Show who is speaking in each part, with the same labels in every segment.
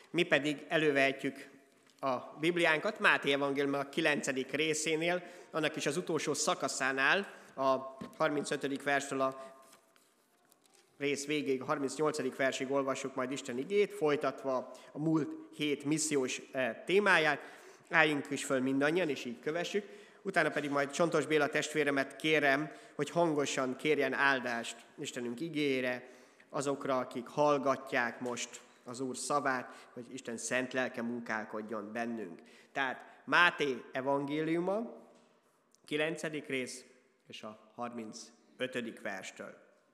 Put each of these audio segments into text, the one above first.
Speaker 1: Mi pedig elővehetjük a Bibliánkat Máté evangélium a 9. részénél, annak is az utolsó szakaszánál, a 35. verstől a rész végéig, a 38. versig olvassuk majd Isten igét, folytatva a múlt hét missziós témáját. Álljunk is föl mindannyian, és így kövessük. Utána pedig majd Csontos Béla testvéremet kérem, hogy hangosan kérjen áldást Istenünk igéjére, azokra, akik hallgatják most az Úr szavát, hogy Isten szent lelke munkálkodjon bennünk. Tehát Máté evangéliuma, 9. rész és a 35. verstől.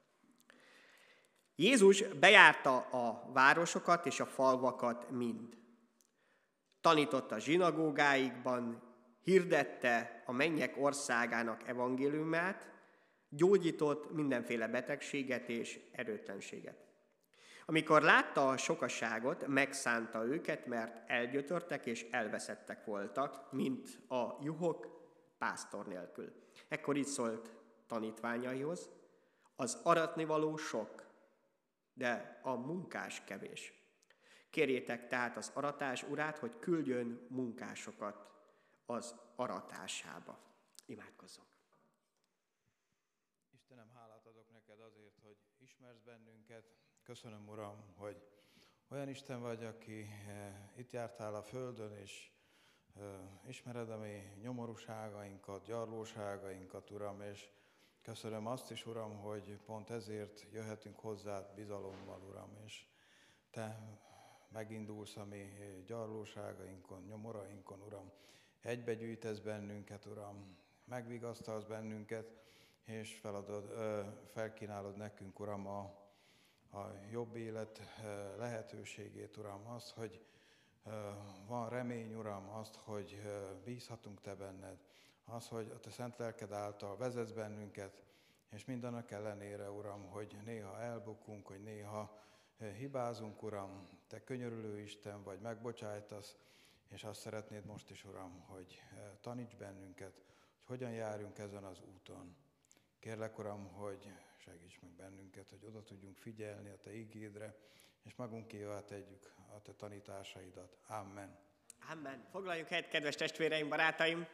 Speaker 1: Jézus bejárta a városokat és a falvakat mind. Tanította a zsinagógáikban, hirdette a mennyek országának evangéliumát, gyógyított mindenféle betegséget és erőtlenséget. Amikor látta a sokaságot, megszánta őket, mert elgyötörtek és elveszettek voltak, mint a juhok pásztor nélkül. Ekkor így szólt tanítványaihoz: az aratnivaló sok, de a munkás kevés. Kérjétek tehát az aratás urát, hogy küldjön munkásokat az aratásába. Imádkozzunk.
Speaker 2: Istenem, hálát adok neked azért, hogy ismersz bennünket. Köszönöm, Uram, hogy olyan Isten vagy, aki itt jártál a földön, és ismered a mi nyomorúságainkat, gyarlóságainkat, Uram, és köszönöm azt is, Uram, hogy pont ezért jöhetünk hozzád bizalommal, Uram, és Te megindulsz a mi gyarlóságainkon, nyomorainkon, Uram. Egybegyűjtesz bennünket, Uram, megvigasztalsz bennünket, és felkínálod nekünk, Uram, a jobb élet lehetőségét, Uram, azt, hogy van remény, Uram, azt, hogy bízhatunk Te benned, az, hogy a Te szent lelked által vezetsz bennünket, és mindannak ellenére, Uram, hogy néha elbukunk, hogy néha hibázunk, Uram, Te könyörülő Isten vagy, megbocsájtasz, és azt szeretnéd most is, Uram, hogy taníts bennünket, hogy hogyan járjunk ezen az úton. Kérlek, Uram, hogy segíts meg bennünket, hogy oda tudjunk figyelni a Te igédre, és magunkévá tegyük a Te tanításaidat. Amen.
Speaker 1: Amen. Foglaljunk helyet, kedves testvéreim, barátaim!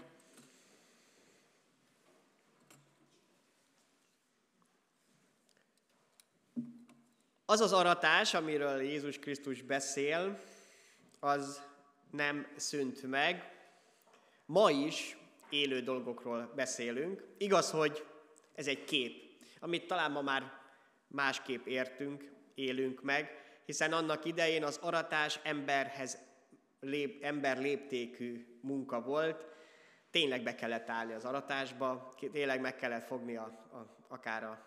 Speaker 1: Az az aratás, amiről Jézus Krisztus beszél, az nem szűnt meg. Ma is élő dolgokról beszélünk. Igaz, hogy ez egy kép, amit talán ma már másképp élünk meg, hiszen annak idején az aratás ember léptékű munka volt. Tényleg be kellett állni az aratásba, tényleg meg kellett fogni akár a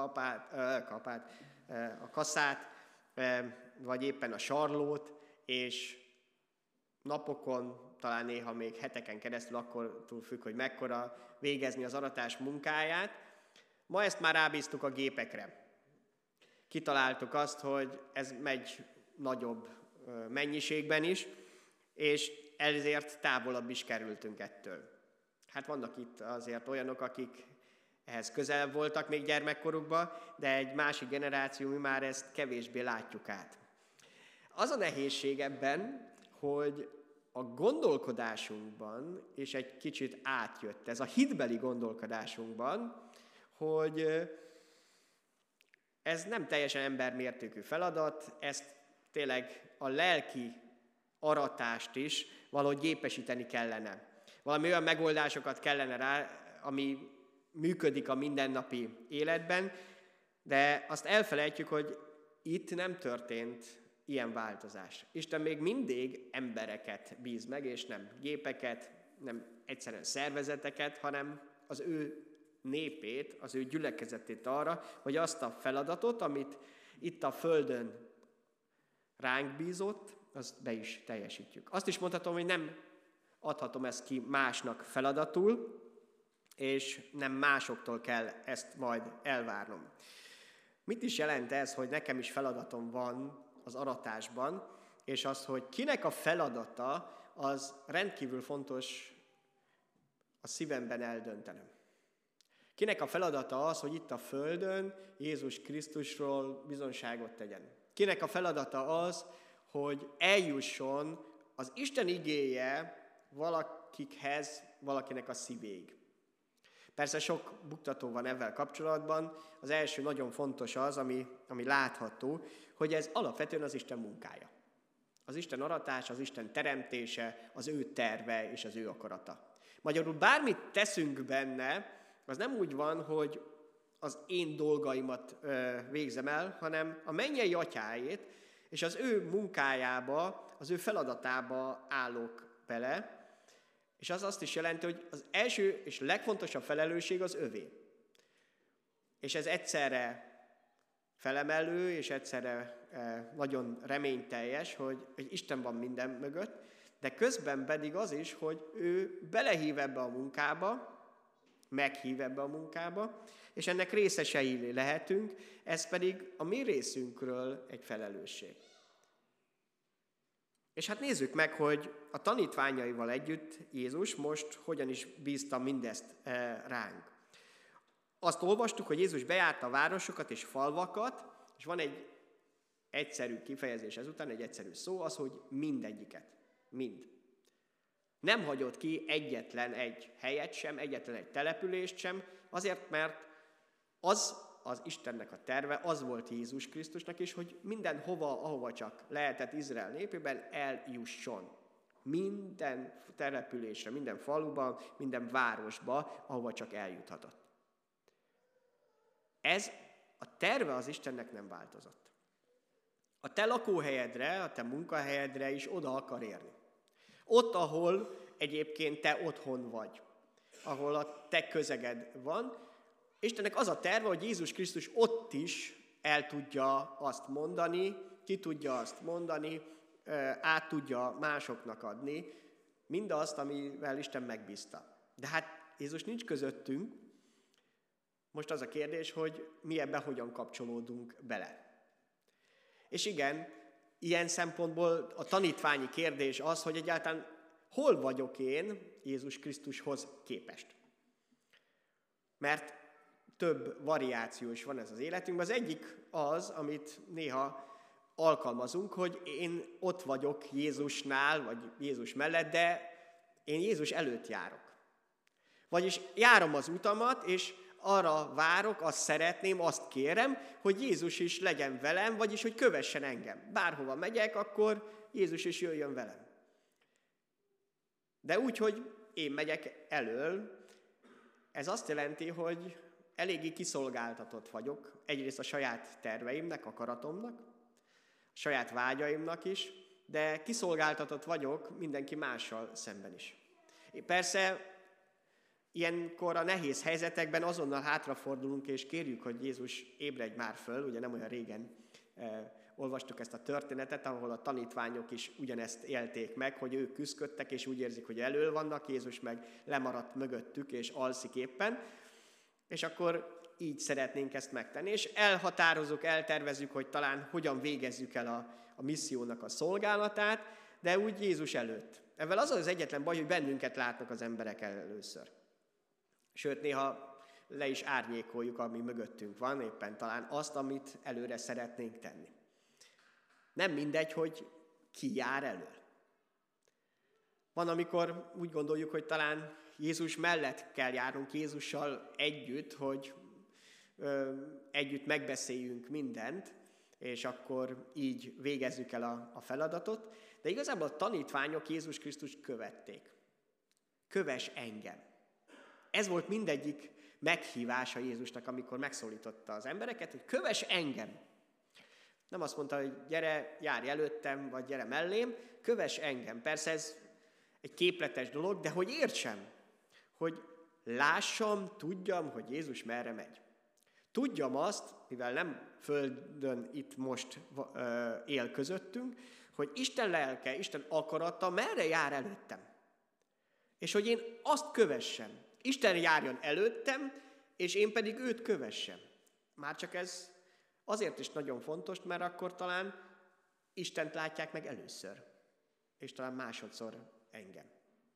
Speaker 1: a kaszát, vagy éppen a sarlót, és napokon, talán néha még heteken keresztül, akkor túl függ, hogy mekkora, végezni az aratás munkáját. Ma ezt már rábíztuk a gépekre. Kitaláltuk azt, hogy ez megy nagyobb mennyiségben is, és ezért távolabb is kerültünk ettől. Hát vannak itt azért olyanok, akik ehhez közel voltak még gyermekkorukban, de egy másik generáció, mi már ezt kevésbé látjuk át. Az a nehézség ebben, hogy a gondolkodásunkban, és egy kicsit átjött ez a hitbeli gondolkodásunkban, hogy ez nem teljesen embermértékű feladat, ezt tényleg a lelki aratást is valahogy gépesíteni kellene. Valami olyan megoldásokat kellene rá, ami működik a mindennapi életben, de azt elfelejtjük, hogy itt nem történt ilyen változás. Isten még mindig embereket bíz meg, és nem gépeket, nem egyszerűen szervezeteket, hanem az ő népét, az ő gyülekezetét arra, hogy azt a feladatot, amit itt a földön ránk bízott, azt be is teljesítjük. Azt is mondhatom, hogy nem adhatom ezt ki másnak feladatul, és nem másoktól kell ezt majd elvárnom. Mit is jelent ez, hogy nekem is feladatom van az aratásban, és az, hogy kinek a feladata, az rendkívül fontos a szívemben eldöntenem. Kinek a feladata az, hogy itt a földön Jézus Krisztusról bizonyságot tegyen. Kinek a feladata az, hogy eljusson az Isten igéje valakikhez, valakinek a szívéig. Persze sok buktató van ezzel kapcsolatban. Az első nagyon fontos az, ami látható, hogy ez alapvetően az Isten munkája. Az Isten aratása, az Isten teremtése, az ő terve és az ő akarata. Magyarul bármit teszünk benne, az nem úgy van, hogy az én dolgaimat végzem el, hanem a mennyei atyáét, és az ő munkájába, az ő feladatába állok bele, és az azt is jelenti, hogy az első és legfontosabb felelősség az övé. És ez egyszerre felemelő, és egyszerre nagyon reményteljes, hogy Isten van minden mögött, de közben pedig az is, hogy ő belehív ebbe a munkába, meghív ebbe a munkába, és ennek részesei lehetünk, ez pedig a mi részünkről egy felelősség. És hát nézzük meg, hogy a tanítványaival együtt Jézus most hogyan is bízta mindezt ránk. Azt olvastuk, hogy Jézus bejárta a városokat és falvakat, és van egy egyszerű kifejezés ezután, egy egyszerű szó, az, hogy mindegyiket. Mind. Nem hagyott ki egyetlen egy helyet sem, egyetlen egy települést sem, azért, mert az Istennek a terve, az volt Jézus Krisztusnak is, hogy mindenhova, ahova csak lehetett Izrael népében eljusson. Minden településre, minden faluban, minden városba, ahova csak eljuthatott. Ez a terve az Istennek nem változott. A te lakóhelyedre, a te munkahelyedre is oda akar érni. Ott, ahol egyébként te otthon vagy, ahol a te közeged van, Istennek az a terve, hogy Jézus Krisztus ott is el tudja azt mondani, ki tudja azt mondani, át tudja másoknak adni, mindazt, amivel Isten megbízta. De hát Jézus nincs közöttünk, most az a kérdés, hogy mi ebbe hogyan kapcsolódunk bele. És igen, ilyen szempontból a tanítványi kérdés az, hogy egyáltalán hol vagyok én Jézus Krisztushoz képest. Mert több variáció is van ez az életünkben. Az egyik az, amit néha alkalmazunk, hogy én ott vagyok Jézusnál, vagy Jézus mellett, de én Jézus előtt járok. Vagyis járom az utamat, és arra várok, azt szeretném, azt kérem, hogy Jézus is legyen velem, vagyis hogy kövessen engem. Bárhova megyek, akkor Jézus is jöjjön velem. De úgy, hogy én megyek elől, ez azt jelenti, hogy eléggé kiszolgáltatott vagyok, egyrészt a saját terveimnek, akaratomnak, a saját vágyaimnak is, de kiszolgáltatott vagyok mindenki mással szemben is. Persze, ilyenkor a nehéz helyzetekben azonnal hátrafordulunk, és kérjük, hogy Jézus ébredj már föl, ugye nem olyan régen olvastuk ezt a történetet, ahol a tanítványok is ugyanezt élték meg, hogy ők küszködtek, és úgy érzik, hogy elől vannak, Jézus meg lemaradt mögöttük, és alszik éppen, és akkor így szeretnénk ezt megtenni, és elhatározunk, eltervezzük, hogy talán hogyan végezzük el a missziónak a szolgálatát, de úgy Jézus előtt. Ezzel az egyetlen baj, hogy bennünket látnak az emberek először. Sőt, néha le is árnyékoljuk, ami mögöttünk van, éppen talán azt, amit előre szeretnénk tenni. Nem mindegy, hogy ki jár elől. Van, amikor úgy gondoljuk, hogy talán Jézus mellett kell járnunk, Jézussal együtt, hogy együtt megbeszéljünk mindent, és akkor így végezzük el a feladatot. De igazából a tanítványok Jézus Krisztust követték. Kövess engem. Ez volt mindegyik meghívása Jézusnak, amikor megszólította az embereket, hogy kövess engem. Nem azt mondta, hogy gyere, járj előttem, vagy gyere mellém, kövess engem. Persze ez egy képletes dolog, de hogy értsem, hogy lássam, tudjam, hogy Jézus merre megy. Tudjam azt, mivel nem földön itt most él közöttünk, hogy Isten lelke, Isten akarata merre jár előttem. És hogy én azt kövessem. Isten járjon előttem, és én pedig őt kövessem. Már csak ez azért is nagyon fontos, mert akkor talán Istent látják meg először, és talán másodszor engem.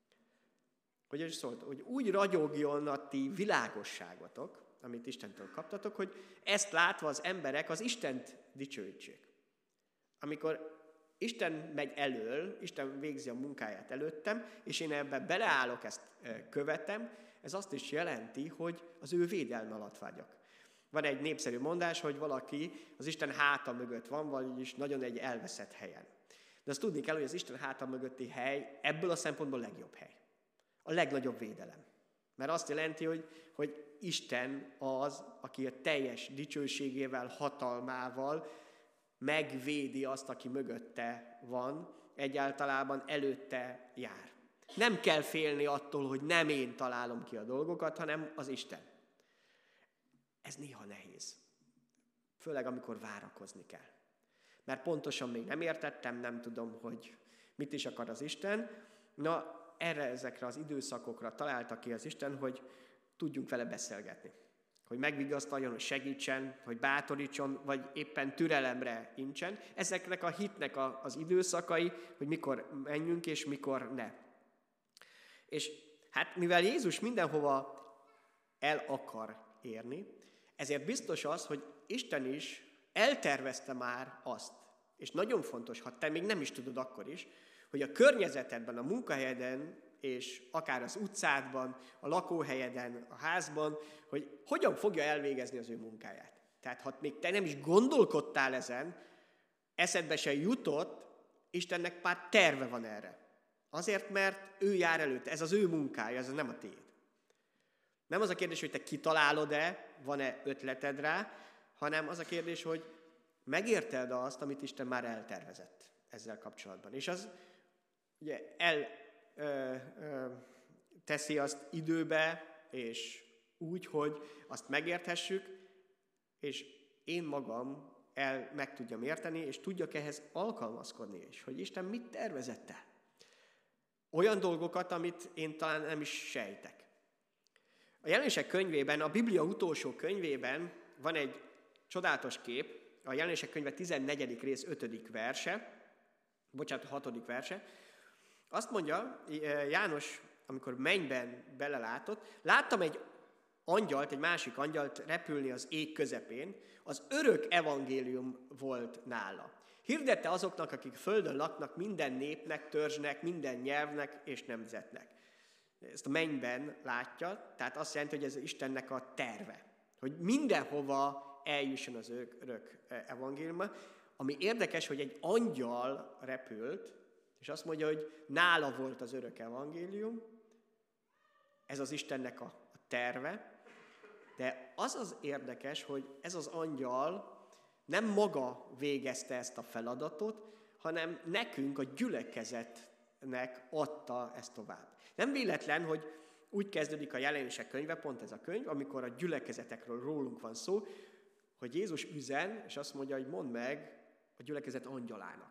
Speaker 1: Hogy ez szólt, hogy úgy ragyogjon a ti világosságotok, amit Istentől kaptatok, hogy ezt látva az emberek az Istent dicsőítsék. Amikor Isten megy elől, Isten végzi a munkáját előttem, és én ebbe beleállok, ezt követem, ez azt is jelenti, hogy az ő védelme alatt vagyok. Van egy népszerű mondás, hogy valaki az Isten háta mögött van, vagyis nagyon egy elveszett helyen. De azt tudni kell, hogy az Isten háta mögötti hely ebből a szempontból a legjobb hely. A legnagyobb védelem. Mert azt jelenti, hogy Isten az, aki a teljes dicsőségével, hatalmával megvédi azt, aki mögötte van, egyáltalában előtte jár. Nem kell félni attól, hogy nem én találom ki a dolgokat, hanem az Isten. Ez néha nehéz. Főleg, amikor várakozni kell. Mert pontosan még nem értettem, nem tudom, hogy mit is akar az Isten. Na, ezekre az időszakokra találta ki az Isten, hogy tudjunk vele beszélgetni. Hogy megvigasztaljon, hogy segítsen, hogy bátorítson, vagy éppen türelemre incsen. Ezeknek a hitnek az időszakai, hogy mikor menjünk és mikor ne. És hát mivel Jézus mindenhova el akar érni, ezért biztos az, hogy Isten is eltervezte már azt, és nagyon fontos, ha te még nem is tudod akkor is, hogy a környezetedben, a munkahelyeden, és akár az utcádban, a lakóhelyeden, a házban, hogy hogyan fogja elvégezni az ő munkáját. Tehát ha még te nem is gondolkodtál ezen, eszedbe se jutott, Istennek már terve van erre. Azért, mert ő jár előtte, ez az ő munkája, ez nem a tiéd. Nem az a kérdés, hogy te kitalálod-e, van-e ötleted rá, hanem az a kérdés, hogy megérted azt, amit Isten már eltervezett ezzel kapcsolatban. És az ugye teszi azt időbe, és úgy, hogy azt megérthessük, és én magam meg tudjam érteni, és tudjak ehhez alkalmazkodni is, hogy Isten mit tervezett el. Olyan dolgokat, amit én talán nem is sejtek. A Jelenések könyvében, a Biblia utolsó könyvében van egy csodálatos kép, a Jelenések könyve 14. rész 5. verse, 6. verse. Azt mondja János, amikor mennyben belelátott, láttam egy angyalt, egy másik angyalt repülni az ég közepén, az örök evangélium volt nála. Hirdette azoknak, akik földön laknak, minden népnek, törzsnek, minden nyelvnek és nemzetnek. Ezt a mennyben látja, tehát azt jelenti, hogy ez Istennek a terve, hogy mindenhova eljusson az örök evangélium. Ami érdekes, hogy egy angyal repült, és azt mondja, hogy nála volt az örök evangélium, ez az Istennek a terve, de az érdekes, hogy ez az angyal nem maga végezte ezt a feladatot, hanem nekünk, a gyülekezetnek adta ezt tovább. Nem véletlen, hogy úgy kezdődik a Jelenések könyve, pont ez a könyv, amikor a gyülekezetekről rólunk van szó, hogy Jézus üzen, és azt mondja, hogy mondd meg a gyülekezet angyalának.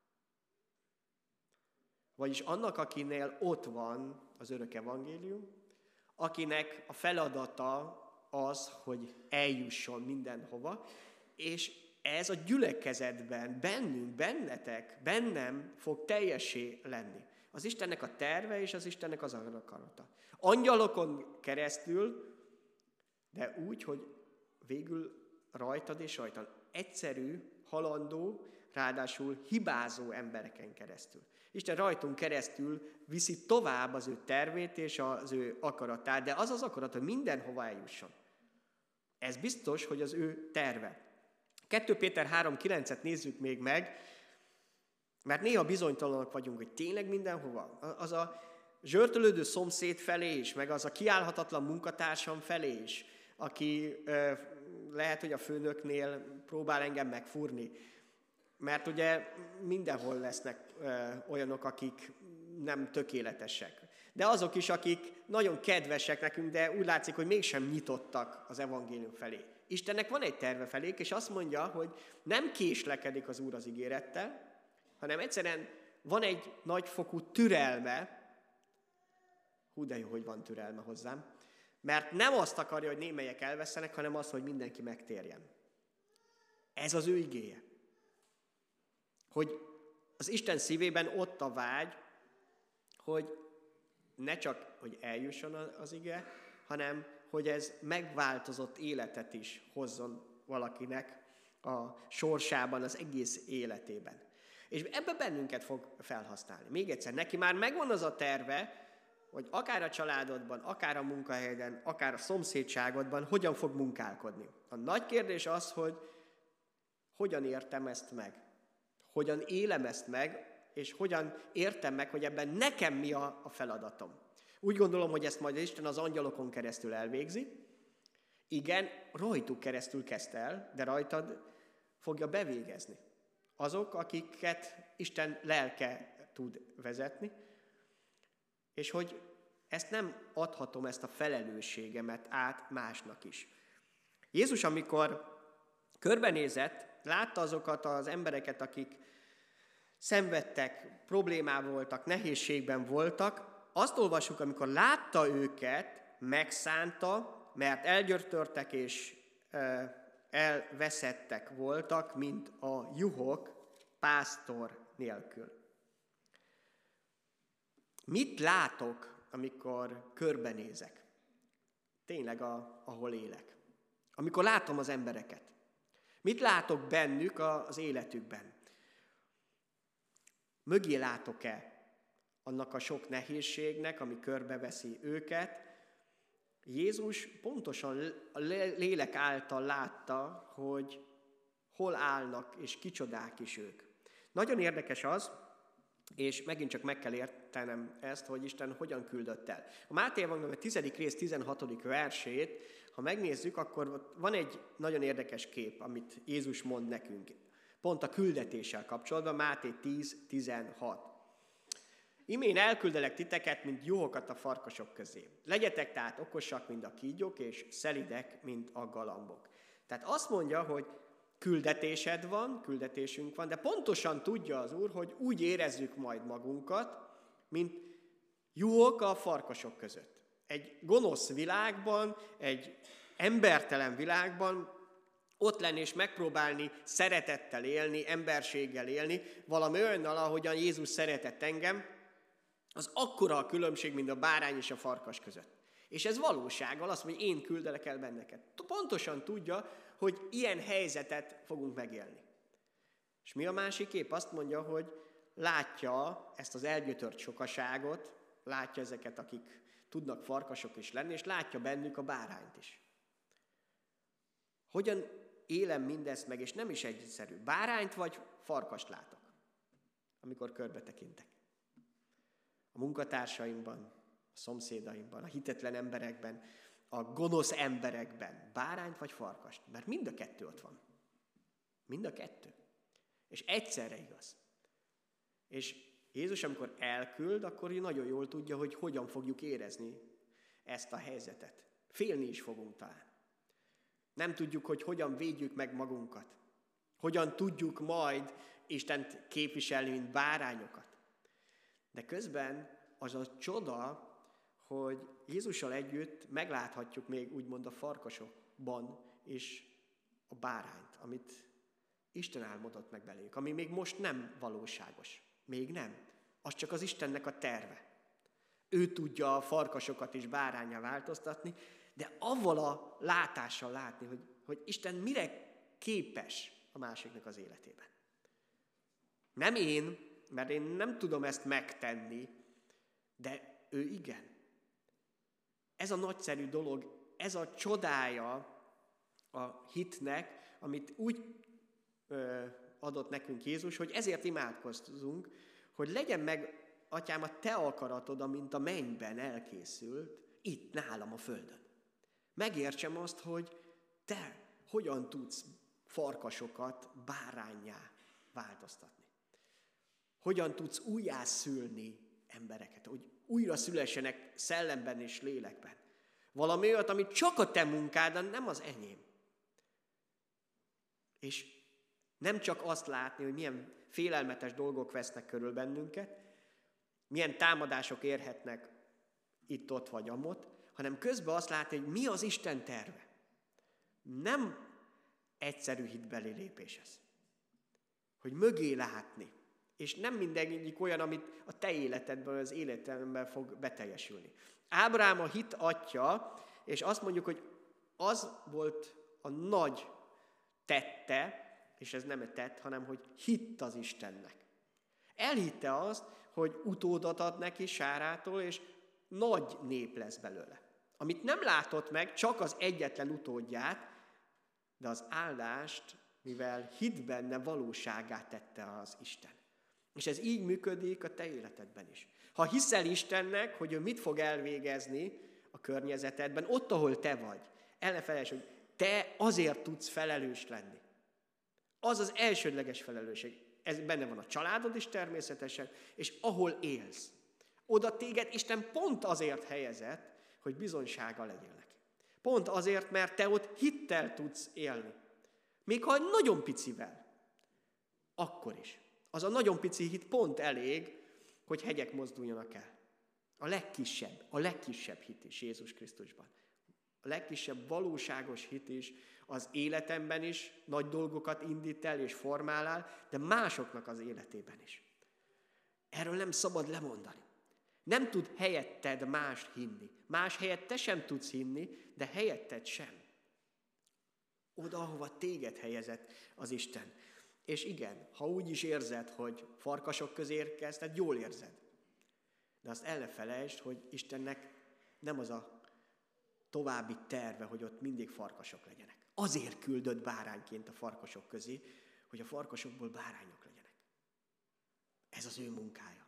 Speaker 1: Vagyis annak, akinél ott van az örök evangélium, akinek a feladata az, hogy eljusson mindenhova, és ez a gyülekezetben, bennünk, bennetek, bennem fog teljessé lenni. Az Istennek a terve és az Istennek az akarata. Angyalokon keresztül, de úgy, hogy végül rajtad és rajtad. Egyszerű, halandó, ráadásul hibázó embereken keresztül. Isten rajtunk keresztül viszi tovább az ő tervét és az ő akaratát, de az az akarat, hogy mindenhova eljusson. Ez biztos, hogy az ő terve. 2 Péter 3.9-et nézzük még meg, mert néha bizonytalanok vagyunk, hogy tényleg mindenhova. Az a zsörtölődő szomszéd felé is, meg az a kiállhatatlan munkatársam felé is, aki lehet, hogy a főnöknél próbál engem megfúrni. Mert ugye mindenhol lesznek olyanok, akik nem tökéletesek. De azok is, akik nagyon kedvesek nekünk, de úgy látszik, hogy mégsem nyitottak az evangélium felé. Istennek van egy terve felék, és azt mondja, hogy nem késlekedik az Úr az ígérettel, hanem egyszerűen van egy nagyfokú türelme. Hú, de jó, hogy van türelme hozzám. Mert nem azt akarja, hogy némelyek elvesztenek, hanem azt, hogy mindenki megtérjen. Ez az ő igéje. Hogy az Isten szívében ott a vágy, hogy ne csak, hogy eljusson az ige, hanem, hogy ez megváltozott életet is hozzon valakinek a sorsában, az egész életében. És ebben bennünket fog felhasználni. Még egyszer, neki már megvan az a terve, hogy akár a családodban, akár a munkahelyeden, akár a szomszédságodban hogyan fog munkálkodni. A nagy kérdés az, hogy hogyan értem ezt meg. Hogyan élem ezt meg, és hogyan értem meg, hogy ebben nekem mi a feladatom. Úgy gondolom, hogy ezt majd Isten az angyalokon keresztül elvégzi. Igen, rajtuk keresztül kezdte el, de rajtad fogja bevégezni. Azok, akiket Isten lelke tud vezetni, és hogy ezt nem adhatom, ezt a felelősségemet át másnak is. Jézus, amikor körbenézett, látta azokat az embereket, akik szenvedtek, problémával voltak, nehézségben voltak, azt olvassuk, amikor látta őket, megszánta, mert elgyötörtek és elveszettek voltak, mint a juhok pásztor nélkül. Mit látok, amikor körbenézek? Tényleg, ahol élek. Amikor látom az embereket. Mit látok bennük az életükben? Mögé látok-e annak a sok nehézségnek, ami körbeveszi őket? Jézus pontosan a lélek által látta, hogy hol állnak és kicsodák is ők. Nagyon érdekes az, és megint csak meg kell értenem ezt, hogy Isten hogyan küldött el. A Máté evangélium 10. rész 16. versét, ha megnézzük, akkor van egy nagyon érdekes kép, amit Jézus mond nekünk. Pont a küldetéssel kapcsolatban, Máté 10:16. Imén elküldelek titeket, mint juhokat a farkasok közé. Legyetek tehát okosak, mint a kígyók, és szelidek, mint a galambok. Tehát azt mondja, hogy küldetésünk van, de pontosan tudja az Úr, hogy úgy érezzük majd magunkat, mint juhok a farkasok között. Egy gonosz világban, egy embertelen világban ott lenni és megpróbálni szeretettel élni, emberséggel élni, valami olyannal, ahogyan Jézus szeretett engem, az akkora a különbség, mint a bárány és a farkas között. És ez valósággal azt mondja, hogy én küldelek el benneket. Pontosan tudja, hogy ilyen helyzetet fogunk megélni. És mi a másik kép? Azt mondja, hogy látja ezt az elgyötört sokaságot, látja ezeket, akik tudnak farkasok is lenni, és látja bennük a bárányt is. Hogyan élem mindezt meg, és nem is egyszerű. Bárányt vagy farkast látok, amikor körbe tekintek. A munkatársaimban, a szomszédaimban, a hitetlen emberekben, a gonosz emberekben. Bárányt vagy farkast? Mert mind a kettő ott van. Mind a kettő. És egyszerre igaz. És Jézus, amikor elküld, akkor nagyon jól tudja, hogy hogyan fogjuk érezni ezt a helyzetet. Félni is fogunk talán. Nem tudjuk, hogy hogyan védjük meg magunkat. Hogyan tudjuk majd Istent képviselni, mint bárányokat. De közben az a csoda, hogy Jézussal együtt megláthatjuk még úgymond a farkasokban is a bárányt, amit Isten álmodott meg beléjük, ami még most nem valóságos. Még nem. Az csak az Istennek a terve. Ő tudja a farkasokat is báránnyá változtatni, de avval a látással látni, hogy Isten mire képes a másiknak az életében. Nem én, mert én nem tudom ezt megtenni, de ő igen. Ez a nagyszerű dolog, ez a csodája a hitnek, amit úgy adott nekünk Jézus, hogy ezért imádkoztunk, hogy legyen meg, Atyám, a te akaratod, amint a mennyben elkészült, itt nálam a földön. Megértsem azt, hogy te hogyan tudsz farkasokat báránnyá változtatni. Hogyan tudsz újjászülni embereket, hogy újra szülessenek szellemben és lélekben. Valami olyat, amit csak a te munkád, nem az enyém. És nem csak azt látni, hogy milyen félelmetes dolgok vesznek körül bennünket, milyen támadások érhetnek itt-ott vagy amott, hanem közben azt látni, hogy mi az Isten terve. Nem egyszerű hitbeli lépés ez. Hogy mögé látni. És nem mindegyik olyan, amit a te életedben, az életemben fog beteljesülni. Ábrahám a hit atya, és azt mondjuk, hogy az volt a nagy tette, és ez nem egy tett, hanem hogy hitt az Istennek. Elhitte azt, hogy utódat ad neki Sárától, és nagy nép lesz belőle. Amit nem látott meg, csak az egyetlen utódját, de az áldást, mivel hit benne, valóságát tette az Isten. És ez így működik a te életedben is. Ha hiszel Istennek, hogy ő mit fog elvégezni a környezetedben, ott, ahol te vagy, el ne felejtsd, hogy te azért tudsz felelős lenni. Az az elsődleges felelősség. Ez benne van a családod is természetesen, és ahol élsz. Oda téged Isten pont azért helyezett, hogy bizonysága legyél neki. Pont azért, mert te ott hittel tudsz élni. Még ha nagyon picivel, akkor is. Az a nagyon pici hit pont elég, hogy hegyek mozduljanak el. A legkisebb hit is Jézus Krisztusban. A legkisebb valóságos hit is az életemben is nagy dolgokat indít el és formál el, de másoknak az életében is. Erről nem szabad lemondani. Nem tud helyetted más hinni. Más helyett te sem tudsz hinni, de helyetted sem. Oda, ahova téged helyezett az Isten. És igen, ha úgy is érzed, hogy farkasok közé érkezted, jól érzed. De azt el ne felejtsd, hogy Istennek nem az a további terve, hogy ott mindig farkasok legyenek. Azért küldött bárányként a farkasok közé, hogy a farkasokból bárányok legyenek. Ez az ő munkája.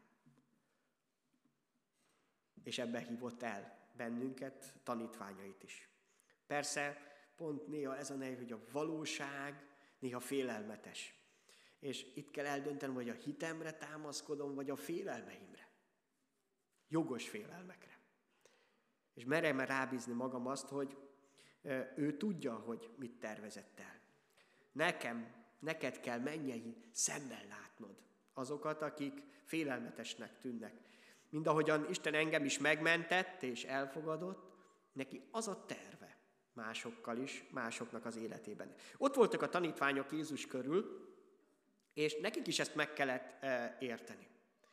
Speaker 1: És ebben hívott el bennünket, tanítványait is. Persze, pont néha ez a nehéz, hogy a valóság néha félelmetes. És itt kell eldöntenem, hogy a hitemre támaszkodom, vagy a félelmeimre. Jogos félelmekre. És merem rábízni magam azt, hogy ő tudja, hogy mit tervezett el. Neked kell mennyei szemmel látnod azokat, akik félelmetesnek tűnnek. Mindahogyan Isten engem is megmentett és elfogadott, neki az a terve másokkal is, másoknak az életében. Ott voltak a tanítványok Jézus körül, és nekik is ezt meg kellett érteni.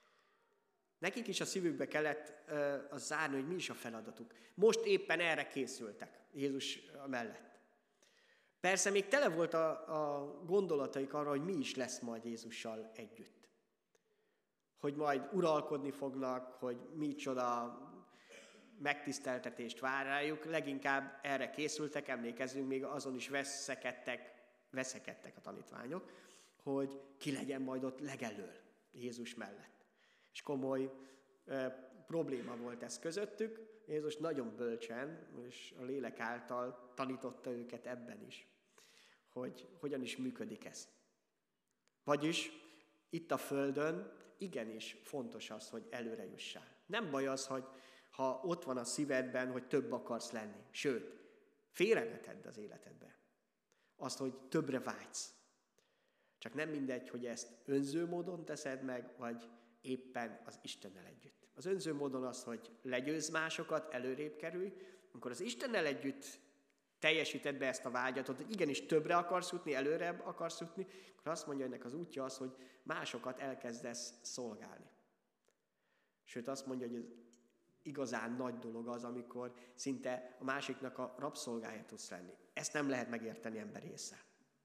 Speaker 1: Nekik is a szívükbe kellett az zárni, hogy mi is a feladatuk. Most éppen erre készültek Jézus mellett. Persze még tele volt a gondolataik arra, hogy mi is lesz majd Jézussal együtt. Hogy majd uralkodni fognak, hogy micsoda megtiszteltetést vár rájuk. Leginkább erre készültek, emlékezzünk, még azon is veszekedtek a tanítványok, hogy ki legyen majd ott legelől Jézus mellett. És komoly probléma volt ez közöttük. Jézus nagyon bölcsen, és a lélek által tanította őket ebben is, hogy hogyan is működik ez. Vagyis itt a földön igenis fontos az, hogy előre jussál. Nem baj az, hogy ha ott van a szívedben, hogy több akarsz lenni. Sőt, félre ne tedd az életedbe. Azt, hogy többre vágysz. Csak nem mindegy, hogy ezt önző módon teszed meg, vagy éppen az Istennel együtt. Az önző módon az, hogy legyőzz másokat, előrébb kerülj, amikor az Istennel együtt teljesíted be ezt a vágyatot, hogy igenis többre akarsz jutni, előrebb akarsz jutni, akkor azt mondja, ennek az útja az, hogy másokat elkezdesz szolgálni. Sőt, azt mondja, hogy ez igazán nagy dolog az, amikor szinte a másiknak a rabszolgája tudsz lenni. Ezt nem lehet megérteni emberi ésszel.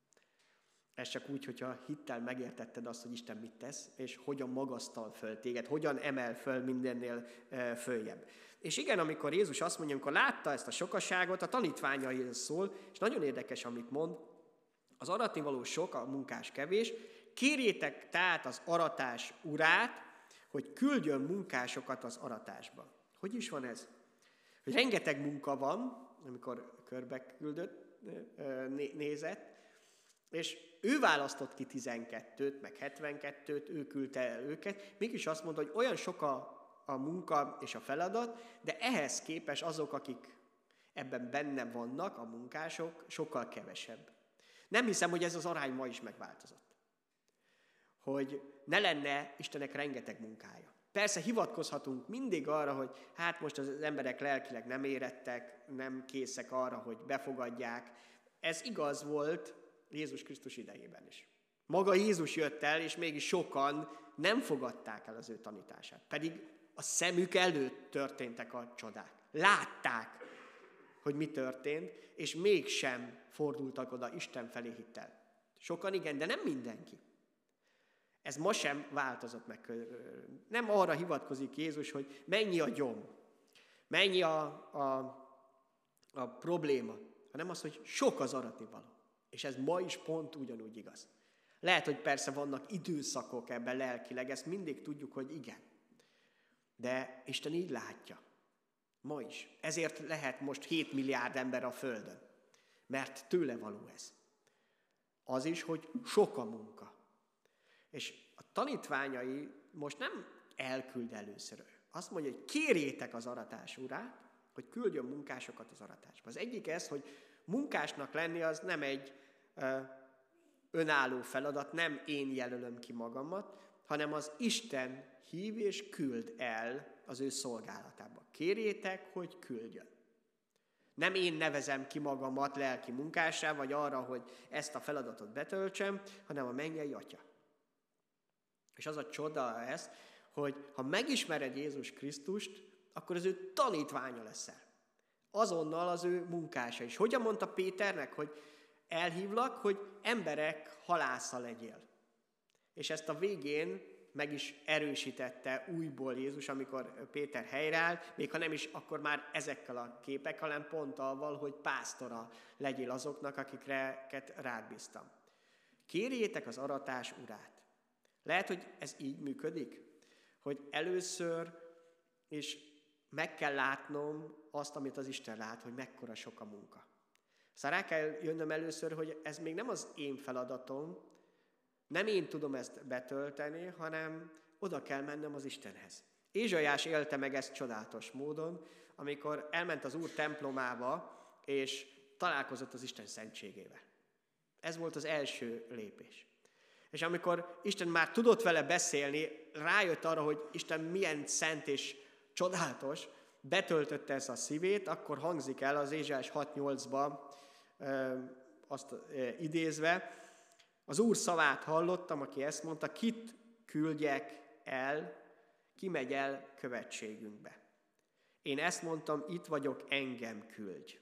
Speaker 1: Ez csak úgy, hogyha hittel megértetted azt, hogy Isten mit tesz, és hogyan magasztal föl téged, hogyan emel föl mindennél följebb. És igen, amikor Jézus azt mondja, amikor látta ezt a sokaságot, a tanítványaihoz szól, és nagyon érdekes, amit mond, az aratnivaló sok, a munkás kevés, kérjétek tehát az aratás urát, hogy küldjön munkásokat az aratásba. Hogy is van ez? Hogy rengeteg munka van, amikor körbe küldött, nézett, és ő választott ki 12-t, meg 72-t, ő küldte el őket, mégis azt mondta, hogy olyan sok a munka és a feladat, de ehhez képest azok, akik ebben benne vannak, a munkások, sokkal kevesebb. Nem hiszem, hogy ez az arány ma is megváltozott. Hogy ne lenne Istennek rengeteg munkája. Persze hivatkozhatunk mindig arra, hogy hát most az emberek lelkileg nem érettek, nem készek arra, hogy befogadják. Ez igaz volt Jézus Krisztus idejében is. Maga Jézus jött el, és mégis sokan nem fogadták el az ő tanítását. Pedig a szemük előtt történtek a csodák. Látták, hogy mi történt, és mégsem fordultak oda Isten felé hittel. Sokan igen, de nem mindenki. Ez ma sem változott meg. Nem arra hivatkozik Jézus, hogy mennyi a gyom, mennyi a probléma, hanem az, hogy sok az aratnivaló. És ez ma is pont ugyanúgy igaz. Lehet, hogy persze vannak időszakok ebben lelkileg, ezt mindig tudjuk, hogy igen. De Isten így látja. Ma is. Ezért lehet most 7 milliárd ember a Földön. Mert tőle való ez. Az is, hogy sok a munka. És a tanítványai most nem elküld először. Azt mondja, hogy kérjétek az aratás urát, hogy küldjön munkásokat az aratásba. Az egyik ez, hogy munkásnak lenni az nem egy önálló feladat, nem én jelölöm ki magamat, hanem az Isten hív és küld el az ő szolgálatába. Kérjétek, hogy küldjön. Nem én nevezem ki magamat lelki munkássá, vagy arra, hogy ezt a feladatot betöltsem, hanem a mennyei Atya. És az a csoda ez, hogy ha megismered Jézus Krisztust, akkor az ő tanítványa leszel. Azonnal az ő munkása is. Hogyan mondta Péternek, hogy elhívlak, hogy emberek halásza legyél. És ezt a végén meg is erősítette újból Jézus, amikor Péter helyreáll, még ha nem is akkor már ezekkel a képek, hanem pont avval, hogy pásztora legyél azoknak, akiket rád bíztam. Kérjétek az aratás urát. Lehet, hogy ez így működik, hogy először is meg kell látnom azt, amit az Isten lát, hogy mekkora sok a munka. Szóval rá kell jönnöm először, hogy ez még nem az én feladatom, nem én tudom ezt betölteni, hanem oda kell mennem az Istenhez. Ézsaiás élte meg ezt csodálatos módon, amikor elment az Úr templomába, és találkozott az Isten szentségével. Ez volt az első lépés. És amikor Isten már tudott vele beszélni, rájött arra, hogy Isten milyen szent és csodálatos, betöltötte ezt a szívét, akkor hangzik el az Ézsaiás 6:8-ba azt idézve, az Úr szavát hallottam, aki ezt mondta, kit küldjek el, ki megy el követségünkbe. Én ezt mondtam, itt vagyok, engem küldj.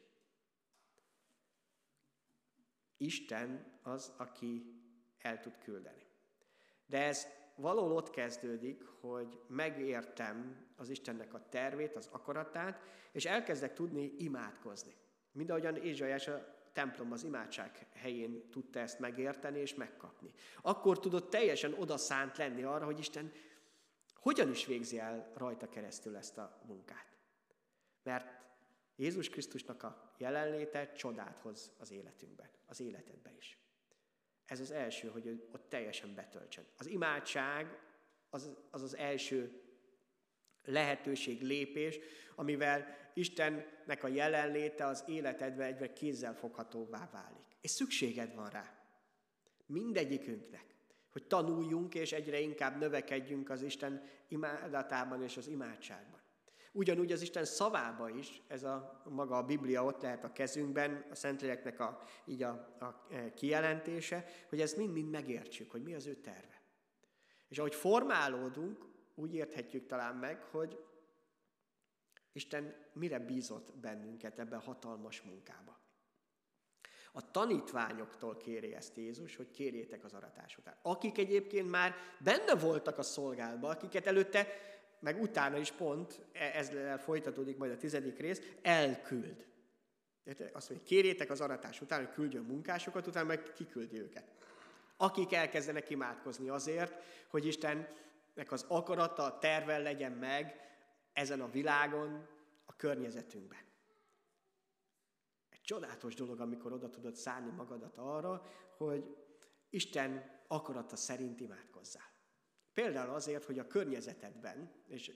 Speaker 1: Isten az, aki el tud küldeni. De ez valahol ott kezdődik, hogy megértem az Istennek a tervét, az akaratát, és elkezdek tudni imádkozni. Mind ahogyan Ézsaiás a templom az imádság helyén tudta ezt megérteni és megkapni. Akkor tudott teljesen odaszánt lenni arra, hogy Isten hogyan is végzi el rajta keresztül ezt a munkát. Mert Jézus Krisztusnak a jelenléte csodát hoz az életünkben, az életedben is. Ez az első, hogy ő ott teljesen betöltsön. Az imádság az első lehetőség, lépés, amivel Istennek a jelenléte az életedben egyre kézzelfoghatóvá válik. És szükséged van rá. Mindegyikünknek, hogy tanuljunk és egyre inkább növekedjünk az Isten imádatában és az imádságban. Ugyanúgy az Isten szavába is, ez maga a Biblia ott lehet a kezünkben, a Szentléleknek a kijelentése, hogy ezt mind-mind megértsük, hogy mi az ő terve. És ahogy formálódunk, úgy érthetjük talán meg, hogy Isten mire bízott bennünket ebben a hatalmas munkába. A tanítványoktól kéri ezt Jézus, hogy kérjétek az aratás után. Akik egyébként már benne voltak a szolgálatban, akiket előtte, meg utána is pont, ezzel folytatódik majd a 10. rész, elküld. Azt mondja, kérjétek az aratás után, hogy küldjön munkásokat, utána meg kiküldi őket. Akik elkezdenek imádkozni azért, hogy Istennek az akarata, a terve legyen meg ezen a világon, a környezetünkben. Egy csodálatos dolog, amikor oda tudod szánni magadat arra, hogy Isten akarata szerint imádkozzál. Például azért, hogy a környezetedben, és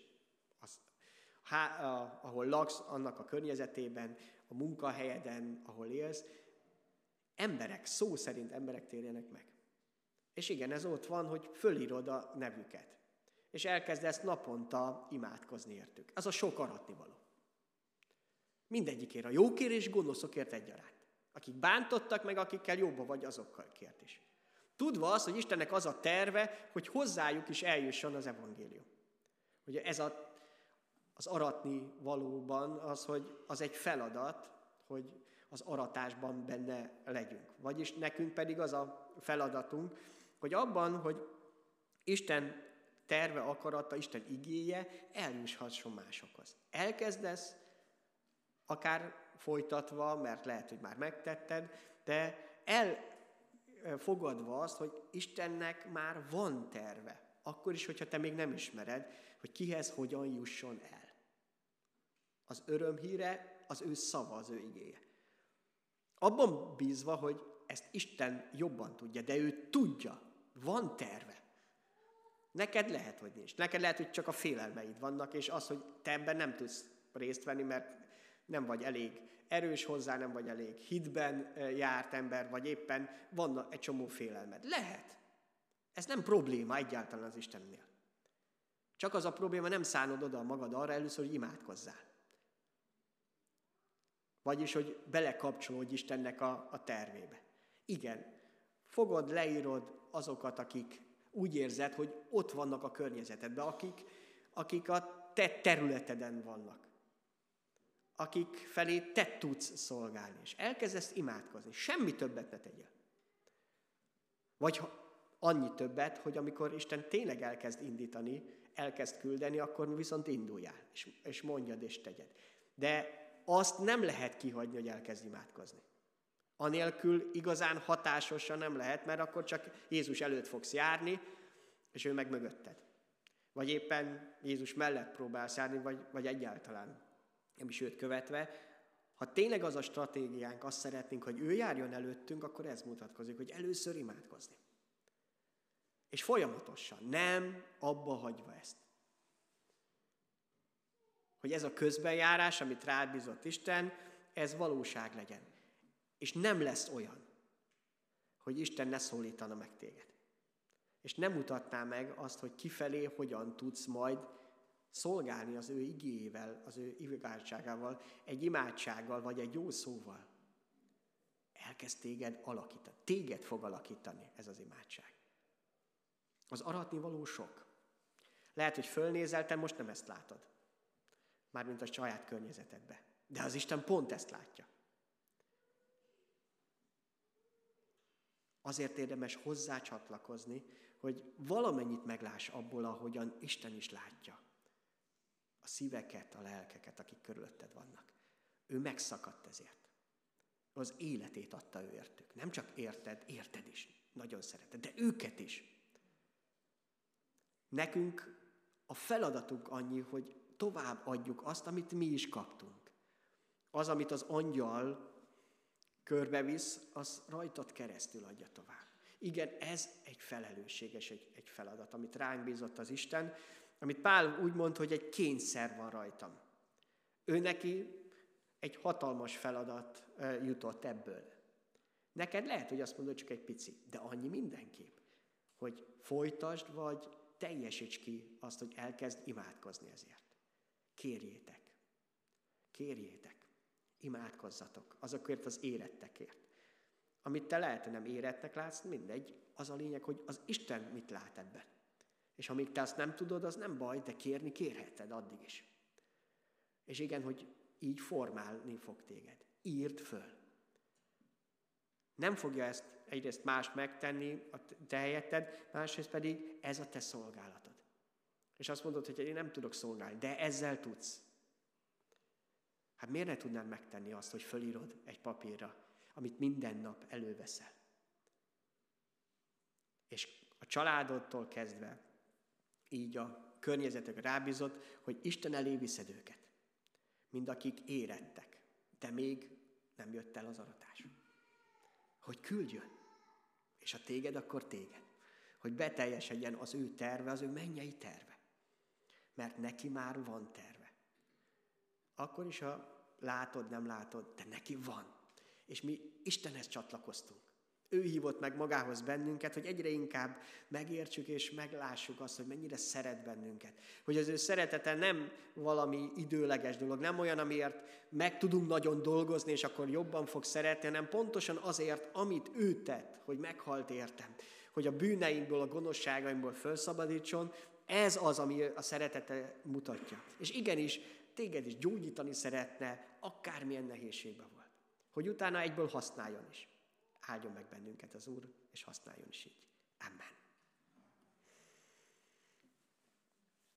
Speaker 1: ahol laksz, annak a környezetében, a munkahelyeden, ahol élsz, emberek, szó szerint emberek térjenek meg. És igen, ez ott van, hogy fölírod a nevüket. És elkezdesz naponta imádkozni értük. Ez a sok aratnivaló. Mindegyikért, a jókért és gonoszokért egyaránt. Akik bántottak, meg akikkel jóba vagy, azokkért is. Tudva azt, hogy Istennek az a terve, hogy hozzájuk is eljusson az evangélium. Ugye ez az aratni valóban az, hogy az egy feladat, hogy az aratásban benne legyünk. Vagyis nekünk pedig az a feladatunk, hogy abban, hogy Isten terve, akarata, Isten igéje eljuthasson másokhoz. Elkezdesz, akár folytatva, mert lehet, hogy már megtetted, de elfogadva azt, hogy Istennek már van terve. Akkor is, hogyha te még nem ismered, hogy kihez hogyan jusson el. Az örömhíre az ő szava, az ő igéje. Abban bízva, hogy ezt Isten jobban tudja, de ő tudja, van terve. Neked lehet, hogy nincs. Neked lehet, hogy csak a félelmeid vannak, és az, hogy te ebben nem tudsz részt venni, mert nem vagy elég erős hozzá, nem vagy elég hitben járt ember, vagy éppen van egy csomó félelmed. Lehet. Ez nem probléma egyáltalán az Istennél. Csak az a probléma, nem szánod oda magad arra először, hogy imádkozzál. Vagyis, hogy belekapcsolódj Istennek a tervébe. Igen, fogod, leírod azokat, akik úgy érzed, hogy ott vannak a környezetedben, akik a te területeden vannak. Akik felé te tudsz szolgálni. És elkezdesz imádkozni. Semmi többet ne tegyél. Vagy annyi többet, hogy amikor Isten tényleg elkezd indítani, elkezd küldeni, akkor viszont induljál, és mondjad és tegyed. De azt nem lehet kihagyni, hogy elkezd imádkozni. Anélkül igazán hatásosan nem lehet, mert akkor csak Jézus előtt fogsz járni, és ő meg mögötted. Vagy éppen Jézus mellett próbálsz járni, vagy egyáltalán nem is őt követve. Ha tényleg az a stratégiánk, azt szeretnénk, hogy ő járjon előttünk, akkor ez mutatkozik, hogy először imádkozni. És folyamatosan, nem abba hagyva ezt. Hogy ez a közbenjárás, amit rád bízott Isten, ez valóság legyen. És nem lesz olyan, hogy Isten ne szólítana meg téged. És nem mutatná meg azt, hogy kifelé hogyan tudsz majd szolgálni az ő igéjével, az ő igazságával, egy imádsággal, vagy egy jó szóval. Elkezd téged alakítani. Téged fog alakítani ez az imádság. Az aratni való sok. Lehet, hogy fölnézel, te most nem ezt látod. Mármint a saját környezetedbe. De az Isten pont ezt látja. Azért érdemes hozzá csatlakozni, hogy valamennyit megláss abból, ahogyan Isten is látja. A szíveket, a lelkeket, akik körülötted vannak. Ő megszakadt ezért. Az életét adta ő értük. Nem csak érted is. Nagyon szereted, de őket is. Nekünk a feladatunk annyi, hogy tovább adjuk azt, amit mi is kaptunk. Az, amit az angyal körbevisz, az rajtad keresztül adja tovább. Igen, ez egy felelősséges, egy feladat, amit ránk bízott az Isten, amit Pál úgy mond, hogy egy kényszer van rajtam. Ő neki egy hatalmas feladat jutott ebből. Neked lehet, hogy azt mondod, csak egy pici, de annyi mindenképp, hogy folytasd, vagy teljesíts ki azt, hogy elkezd imádkozni ezért. Kérjétek, imádkozzatok azokért az érettekért. Amit te lehet, hogy nem éretnek látsz, mindegy, az a lényeg, hogy az Isten mit lát ebben. És amíg te azt nem tudod, az nem baj, de kérheted addig is. És igen, hogy így formálni fog téged. Írd föl. Nem fogja ezt egyrészt más megtenni a te helyetted, másrészt pedig ez a te szolgálatod. És azt mondod, hogy én nem tudok szolgálni, de ezzel tudsz. Hát miért ne tudnád megtenni azt, hogy fölírod egy papírra, amit minden nap előveszel? És a családodtól kezdve, így a környezetek rábízott, hogy Isten elé viszed őket. Mind akik érettek, de még nem jött el az aratás. Hogy küldjön, és ha téged, akkor téged. Hogy beteljesedjen az ő terve, az ő mennyei terve. Mert neki már van terve. Akkor is, ha látod, nem látod, de neki van. És mi Istenhez csatlakoztunk. Ő hívott meg magához bennünket, hogy egyre inkább megértsük és meglássuk azt, hogy mennyire szeret bennünket. Hogy az ő szeretete nem valami időleges dolog, nem olyan, amiért meg tudunk nagyon dolgozni, és akkor jobban fog szeretni, hanem pontosan azért, amit ő tett, hogy meghalt értem. Hogy a bűneinkből, a gonoszságaimból felszabadítson, ez az, ami a szeretete mutatja. És igenis, téged is gyógyítani szeretne, akármilyen nehézségben volt. Hogy utána egyből használjon is. Áldjon meg bennünket az Úr, és használjon is így. Amen.